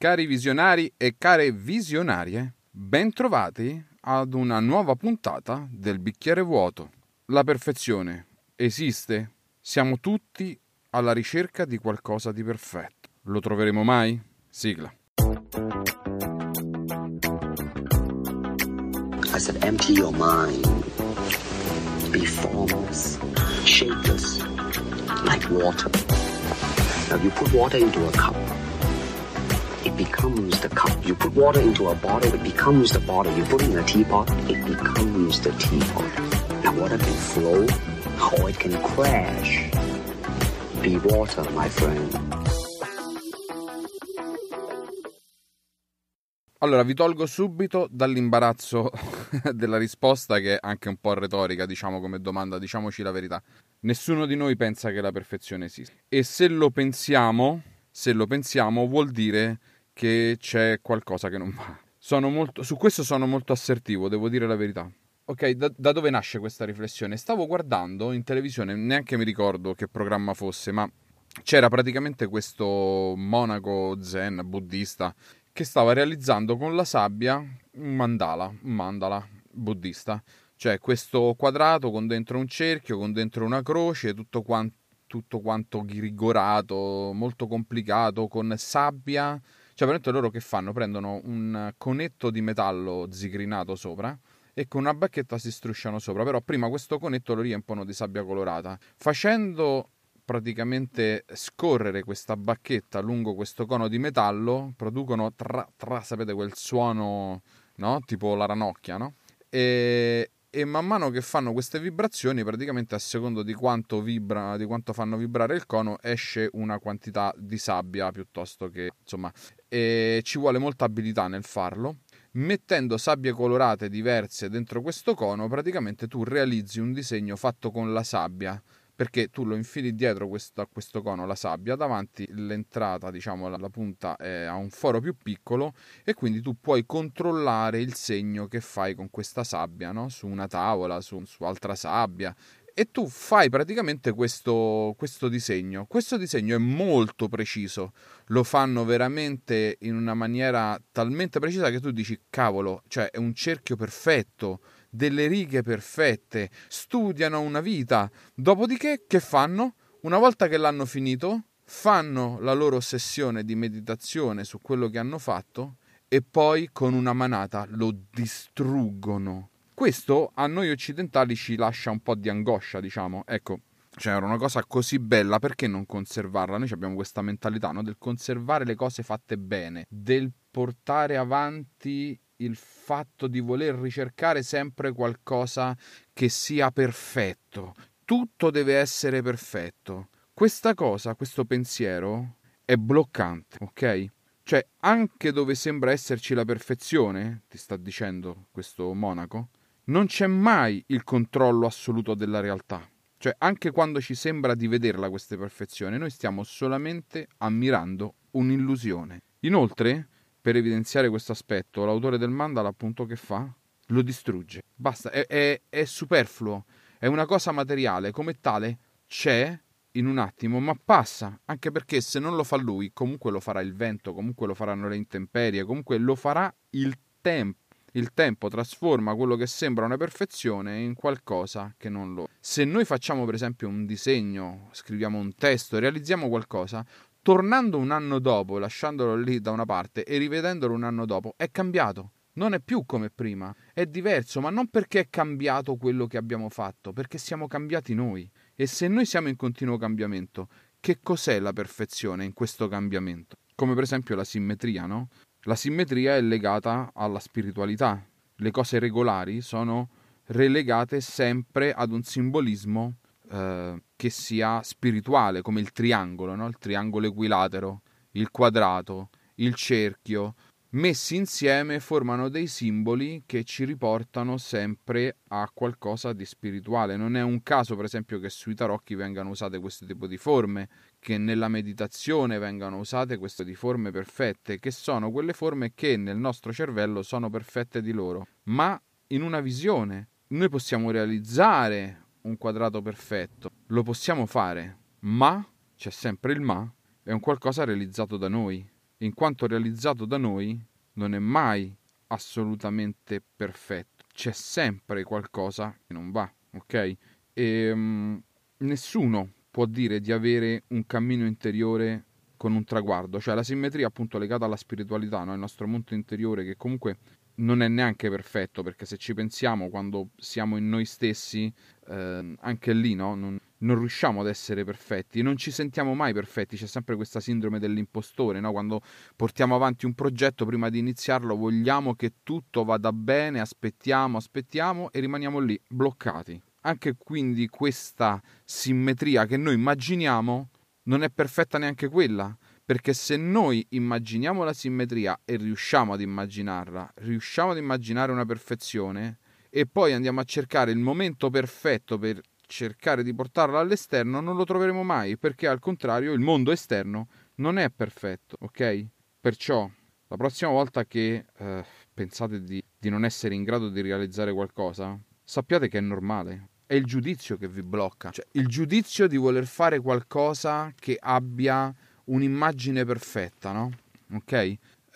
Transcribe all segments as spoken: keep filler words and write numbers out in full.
Cari visionari e care visionarie, ben trovati ad una nuova puntata del Bicchiere Vuoto. La perfezione esiste? Siamo tutti alla ricerca di qualcosa di perfetto. Lo troveremo mai? Sigla. I said, empty your mind. Be formless, shapeless, like water. Now you put water into a cup. It becomes the cup. You put water into a bottle, it becomes the bottle. You put it in a teapot, it becomes the teapot. Now water can flow or it can crash. Be water, my friend. Allora, vi tolgo subito dall'imbarazzo della risposta, che è anche un po' retorica, diciamo, come domanda, diciamoci la verità. Nessuno di noi pensa che la perfezione esista. E se lo pensiamo, se lo pensiamo, vuol dire che c'è qualcosa che non va. Sono molto, su questo sono molto assertivo, devo dire la verità. Ok, da, da dove nasce questa riflessione? Stavo guardando in televisione, neanche mi ricordo che programma fosse, ma c'era praticamente questo monaco zen buddista che stava realizzando con la sabbia un mandala, un mandala buddista, cioè questo quadrato con dentro un cerchio, con dentro una croce, tutto quanto, tutto quanto ghirigораto, molto complicato, con sabbia. Cioè, veramente loro che fanno? Prendono un conetto di metallo zigrinato sopra e con una bacchetta si strusciano sopra, però prima questo conetto lo riempono di sabbia colorata, facendo praticamente scorrere questa bacchetta lungo questo cono di metallo, producono tra, tra sapete quel suono, no? Tipo la ranocchia, no? E, e man mano che fanno queste vibrazioni, praticamente a secondo di quanto vibra, di quanto fanno vibrare il cono, esce una quantità di sabbia piuttosto che, insomma, e ci vuole molta abilità nel farlo. Mettendo sabbie colorate diverse dentro questo cono, praticamente tu realizzi un disegno fatto con la sabbia, perché tu lo infili dietro questo, a questo cono la sabbia, davanti l'entrata, diciamo la, la punta è a un foro più piccolo, e quindi tu puoi controllare il segno che fai con questa sabbia, no? Su una tavola, su, su altra sabbia, e tu fai praticamente questo, questo disegno. Questo disegno è molto preciso, lo fanno veramente in una maniera talmente precisa che tu dici, cavolo, cioè è un cerchio perfetto, delle righe perfette, studiano una vita. Dopodiché che fanno? Una volta che l'hanno finito, fanno la loro sessione di meditazione su quello che hanno fatto e poi con una manata lo distruggono. Questo a noi occidentali ci lascia un po' di angoscia, diciamo. Ecco, cioè era una cosa così bella, perché non conservarla? Noi abbiamo questa mentalità, no? Del conservare le cose fatte bene, del portare avanti il fatto di voler ricercare sempre qualcosa che sia perfetto. Tutto deve essere perfetto. Questa cosa, questo pensiero è bloccante, ok? Cioè, anche dove sembra esserci la perfezione, ti sta dicendo questo monaco, non c'è mai il controllo assoluto della realtà. Cioè, anche quando ci sembra di vederla questa perfezione, noi stiamo solamente ammirando un'illusione. Inoltre, per evidenziare questo aspetto, l'autore del mandala, appunto, che fa? Lo distrugge. Basta, è, è, è superfluo, è una cosa materiale, come tale c'è in un attimo, ma passa, anche perché se non lo fa lui, comunque lo farà il vento, comunque lo faranno le intemperie, comunque lo farà il tempo. Il tempo trasforma quello che sembra una perfezione in qualcosa che non lo è. Se noi facciamo per esempio un disegno, scriviamo un testo, realizziamo qualcosa, tornando un anno dopo, lasciandolo lì da una parte e rivedendolo un anno dopo, è cambiato. Non è più come prima, è diverso, ma non perché è cambiato quello che abbiamo fatto, perché siamo cambiati noi. E se noi siamo in continuo cambiamento, che cos'è la perfezione in questo cambiamento? Come per esempio la simmetria, no? La simmetria è legata alla spiritualità. Le cose regolari sono relegate sempre ad un simbolismo eh, che sia spirituale, come il triangolo, no? Il triangolo equilatero, il quadrato, il cerchio. Messi insieme formano dei simboli che ci riportano sempre a qualcosa di spirituale. Non è un caso, per esempio, che sui tarocchi vengano usate questo tipo di forme, che nella meditazione vengano usate queste di forme perfette, che sono quelle forme che nel nostro cervello sono perfette di loro, ma in una visione. Noi possiamo realizzare un quadrato perfetto, lo possiamo fare, ma, c'è sempre il ma, è un qualcosa realizzato da noi. in quanto realizzato da noi, non è mai assolutamente perfetto. C'è sempre qualcosa che non va, ok? E um, nessuno può dire di avere un cammino interiore con un traguardo, cioè la simmetria appunto legata alla spiritualità, no? Il nostro mondo interiore che comunque non è neanche perfetto, perché se ci pensiamo quando siamo in noi stessi, eh, anche lì no? non, non riusciamo ad essere perfetti, non ci sentiamo mai perfetti, c'è sempre questa sindrome dell'impostore, no? Quando portiamo avanti un progetto, prima di iniziarlo vogliamo che tutto vada bene, aspettiamo, aspettiamo e rimaniamo lì, bloccati. Anche quindi questa simmetria che noi immaginiamo non è perfetta neanche quella, perché se noi immaginiamo la simmetria e riusciamo ad immaginarla, riusciamo ad immaginare una perfezione e poi andiamo a cercare il momento perfetto per cercare di portarla all'esterno, non lo troveremo mai, perché al contrario il mondo esterno non è perfetto, ok? Perciò la prossima volta che eh, pensate di, di non essere in grado di realizzare qualcosa, sappiate che è normale. È il giudizio che vi blocca, cioè il giudizio di voler fare qualcosa che abbia un'immagine perfetta, no? Ok?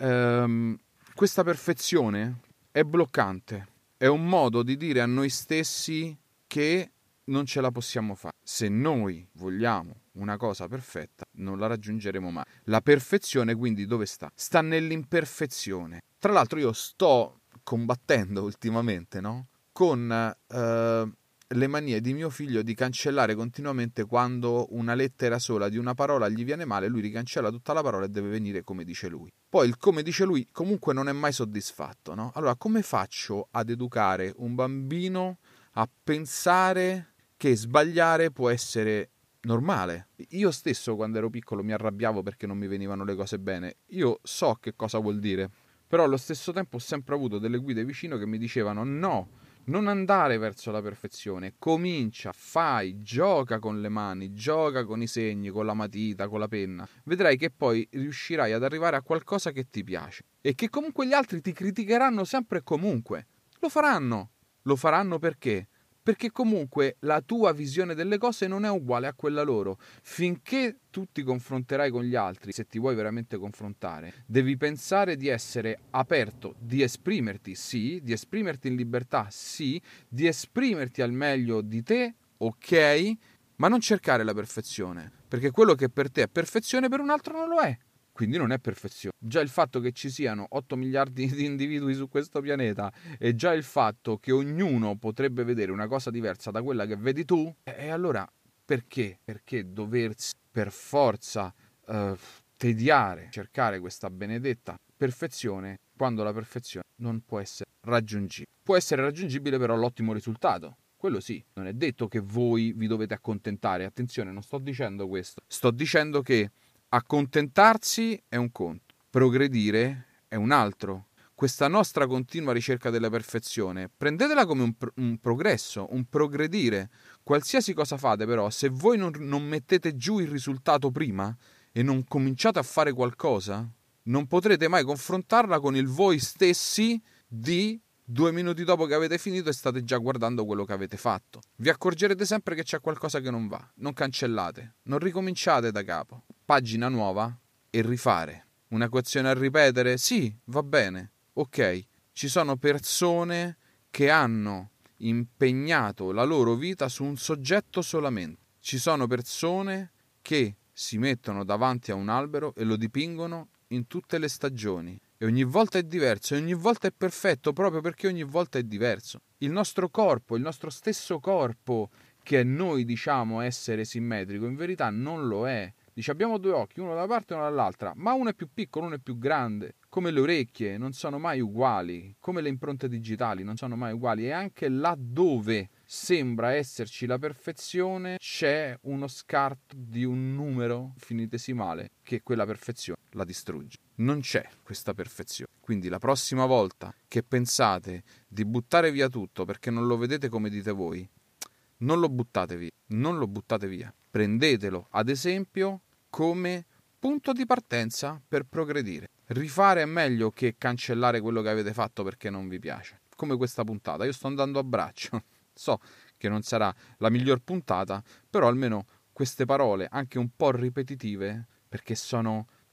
Ehm, questa perfezione è bloccante, è un modo di dire a noi stessi che non ce la possiamo fare. Se noi vogliamo una cosa perfetta, non la raggiungeremo mai. La perfezione quindi dove sta? Sta nell'imperfezione. Tra l'altro io sto combattendo ultimamente, no? Con eh, le manie di mio figlio di cancellare continuamente quando una lettera sola di una parola gli viene male, lui ricancella tutta la parola e deve venire come dice lui. Poi il come dice lui comunque non è mai soddisfatto, no? Allora come faccio ad educare un bambino a pensare che sbagliare può essere normale? Io stesso quando ero piccolo mi arrabbiavo perché non mi venivano le cose bene. Io so che cosa vuol dire, però allo stesso tempo ho sempre avuto delle guide vicino che mi dicevano no, non andare verso la perfezione, comincia, fai, gioca con le mani, gioca con i segni, con la matita, con la penna. Vedrai che poi riuscirai ad arrivare a qualcosa che ti piace e che comunque gli altri ti criticheranno sempre e comunque. Lo faranno. Lo faranno perché? Perché comunque la tua visione delle cose non è uguale a quella loro. Finché tu ti confronterai con gli altri, se ti vuoi veramente confrontare, devi pensare di essere aperto, di esprimerti, sì, di esprimerti in libertà, sì, di esprimerti al meglio di te, ok, ma non cercare la perfezione, perché quello che per te è perfezione per un altro non lo è. Quindi non è perfezione. Già il fatto che ci siano otto miliardi di individui su questo pianeta e già il fatto che ognuno potrebbe vedere una cosa diversa da quella che vedi tu, e allora perché? Perché doversi per forza eh, tediare, cercare questa benedetta perfezione quando la perfezione non può essere raggiungibile. Può essere raggiungibile però l'ottimo risultato. Quello sì, non è detto che voi vi dovete accontentare. Attenzione, non sto dicendo questo. Sto dicendo che accontentarsi è un conto, progredire è un altro. Questa nostra continua ricerca della perfezione, prendetela come un, pro- un progresso, un progredire. Qualsiasi cosa fate però, se voi non, non mettete giù il risultato prima e non cominciate a fare qualcosa, non potrete mai confrontarla con il voi stessi di due minuti dopo che avete finito e state già guardando quello che avete fatto. Vi accorgerete sempre che c'è qualcosa che non va. Non cancellate, non ricominciate da capo. Pagina nuova e rifare. Un'equazione a ripetere? Sì, va bene. Ok, ci sono persone che hanno impegnato la loro vita su un soggetto solamente. Ci sono persone che si mettono davanti a un albero e lo dipingono in tutte le stagioni. E ogni volta è diverso, e ogni volta è perfetto proprio perché ogni volta è diverso. Il nostro corpo, il nostro stesso corpo, che noi diciamo essere simmetrico, in verità non lo è. Dice abbiamo due occhi, uno da una parte e uno dall'altra, ma uno è più piccolo, uno è più grande. Come le orecchie non sono mai uguali, come le impronte digitali non sono mai uguali, e anche laddove sembra esserci la perfezione c'è uno scarto di un numero infinitesimale che quella perfezione la distrugge. Non c'è questa perfezione. Quindi la prossima volta che pensate di buttare via tutto perché non lo vedete come dite voi, non lo buttate via, non lo buttate via. Prendetelo ad esempio come punto di partenza per progredire. Rifare è meglio che cancellare quello che avete fatto perché non vi piace. Come questa puntata, io sto andando a braccio. So che non sarà la miglior puntata, però almeno queste parole, anche un po' ripetitive, perché sono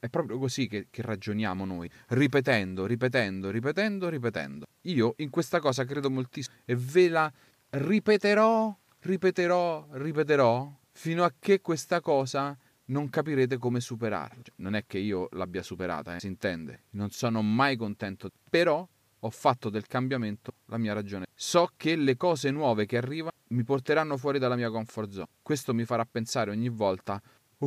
È proprio così che, che ragioniamo noi, ripetendo, ripetendo, ripetendo, ripetendo. Io in questa cosa credo moltissimo e ve la ripeterò, ripeterò, ripeterò fino a che questa cosa non capirete come superarla. Cioè, non è che io l'abbia superata, eh, si intende. Non sono mai contento, però ho fatto del cambiamento la mia ragione. So che le cose nuove che arrivano mi porteranno fuori dalla mia comfort zone. Questo mi farà pensare ogni volta: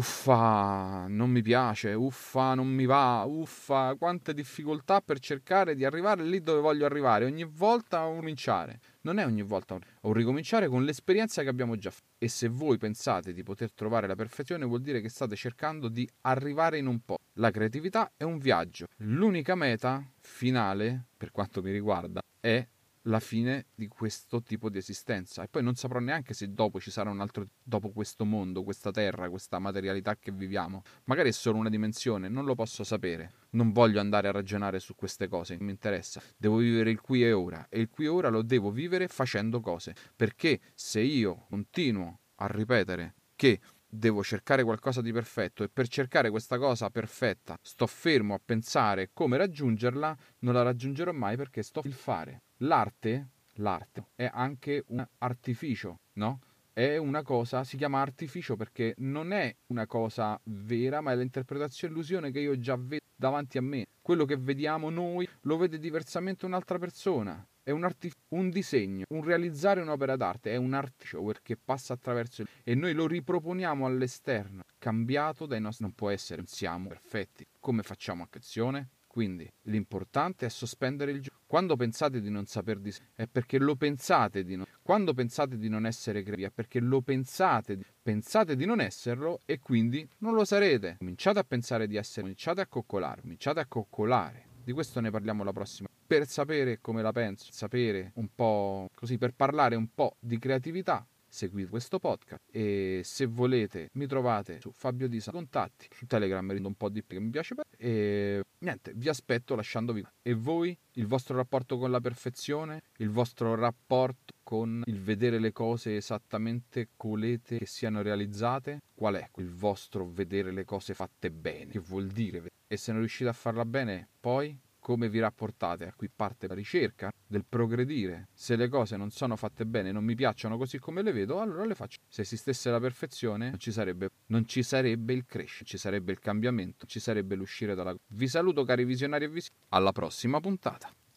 uffa, non mi piace, uffa, non mi va, uffa, quante difficoltà per cercare di arrivare lì dove voglio arrivare. Ogni volta un ricominciare. Non è ogni volta un, un ricominciare con l'esperienza che abbiamo già fatto. E se voi pensate di poter trovare la perfezione, vuol dire che state cercando di arrivare in un po'. La creatività è un viaggio. L'unica meta finale, per quanto mi riguarda, è la fine di questo tipo di esistenza. E poi non saprò neanche se dopo ci sarà un altro, dopo questo mondo, questa terra, questa materialità che viviamo. Magari è solo una dimensione, non lo posso sapere. Non voglio andare a ragionare su queste cose, non mi interessa. Devo vivere il qui e ora, e il qui e ora lo devo vivere facendo cose. Perché se io continuo a ripetere che devo cercare qualcosa di perfetto e per cercare questa cosa perfetta sto fermo a pensare come raggiungerla, non la raggiungerò mai, perché sto il fare. L'arte, l'arte è anche un artificio, no? È una cosa, si chiama artificio perché non è una cosa vera, ma è l'interpretazione, illusione che io già vedo davanti a me. Quello che vediamo noi lo vede diversamente un'altra persona. È un, artif- un disegno, un realizzare un'opera d'arte, è un artificio perché passa attraverso il... e noi lo riproponiamo all'esterno, cambiato dai nostri... Non può essere, non siamo perfetti. Come facciamo azione? Quindi l'importante è sospendere il gioco. Quando pensate di non saper di sé, è perché lo pensate di non... Quando pensate di non essere creativi, è perché lo pensate di... pensate di non esserlo e quindi non lo sarete. Cominciate a pensare di essere, cominciate a coccolare, cominciate a coccolare. Di questo ne parliamo la prossima. Per sapere come la penso, sapere un po' così, per parlare un po' di creatività, seguite questo podcast. E se volete mi trovate su Fabio Disa Contatti, su Telegram rendo un po' di più che mi piace. E niente, vi aspetto lasciandovi. E voi, il vostro rapporto con la perfezione, il vostro rapporto con il vedere le cose esattamente come volete che siano realizzate, qual è il vostro vedere le cose fatte bene? Che vuol dire? E se non riuscite a farla bene, poi come vi rapportate? A qui parte la ricerca del progredire. Se le cose non sono fatte bene, non mi piacciono così come le vedo, allora le faccio. Se esistesse la perfezione, non ci sarebbe, non ci sarebbe il crescere, ci sarebbe il cambiamento, ci sarebbe l'uscire dalla... Vi saluto cari visionari e visioni, alla prossima puntata.